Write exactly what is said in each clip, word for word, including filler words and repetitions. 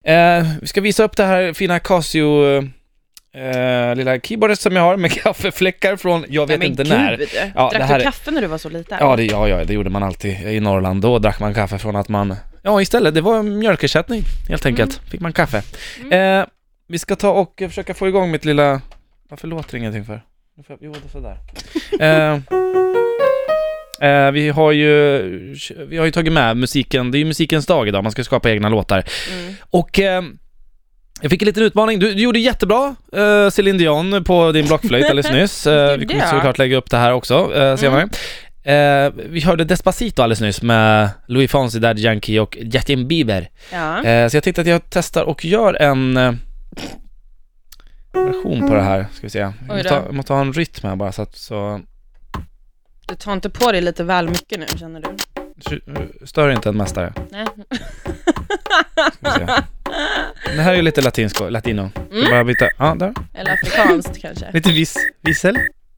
Eh, vi ska visa upp det här fina Casio eh, lilla keyboardet som jag har med kaffefläckar från jag vet Nej, inte gud. när. Ja, drack det här du är... kaffe när du var så liten? Ja det, ja, ja, det gjorde man alltid i Norrland. Då drack man kaffe från att man... Ja, istället, det var mjölkersättning helt enkelt. Mm. Fick man kaffe. Mm. Eh, vi ska ta och försöka få igång mitt lilla... Varför låter det ingenting för? Jo, det är sådär. eh, eh, vi har ju vi har ju tagit med musiken. Det är ju musikens dag idag. Man ska skapa egna låtar. Mm. Och eh, jag fick en liten utmaning. Du, du gjorde jättebra eh, Céline Dion på din blockflöjt alldeles nyss. Eh, vi kommer såklart lägga upp det här också eh, senare. Mm. Eh, vi hörde Despacito alldeles nyss med Louis Fonsi, Daddy Yankee och Justin Bieber. Ja. Eh, så jag tänkte att jag testar och gör en eh, version på det här. Ska vi se. Jag måste, ta, jag måste ha en rytm här bara så att så... Du tar inte på dig lite väl mycket nu, känner du? Stör inte en mästare. Nej. Ska vi se. Det här är ju lite latinsko, latino. Mm. Bara byta. Ja, där. Eller afrikanskt kanske. Lite vis, vissel.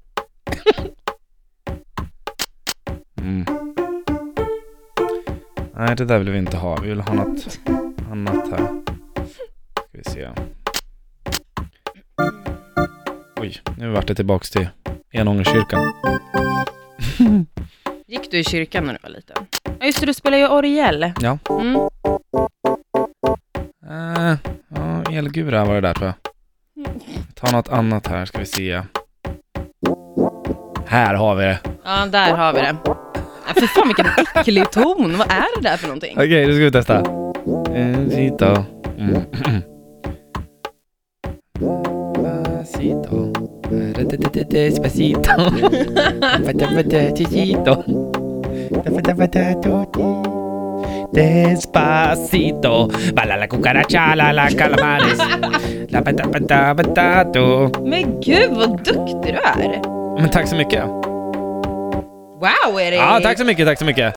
Mm. Nej, det där vill vi inte ha. Vi vill ha något annat här. Ska vi se. Oj, nu vart det tillbaks till Enångerskyrkan. Gick du i kyrkan när du var liten? Ja, just det, du spelar ju orgel. Ja. Mm. Uh, ja, elgura var det där tror jag. Ta något annat här, ska vi se. Här har vi det. Ja, där har vi det. Ja, för fan vilken äcklig ton. Vad är det där för någonting? Okej, okay, då ska vi testa. Despacito. Mm. Despacito. Despacito. Despacito. Bala la cucaracha, la la calamares. La pata pata patato. Men gud vad duktig du är. Men tack så mycket. Wow, Erik. Ja, tack så mycket, tack så mycket.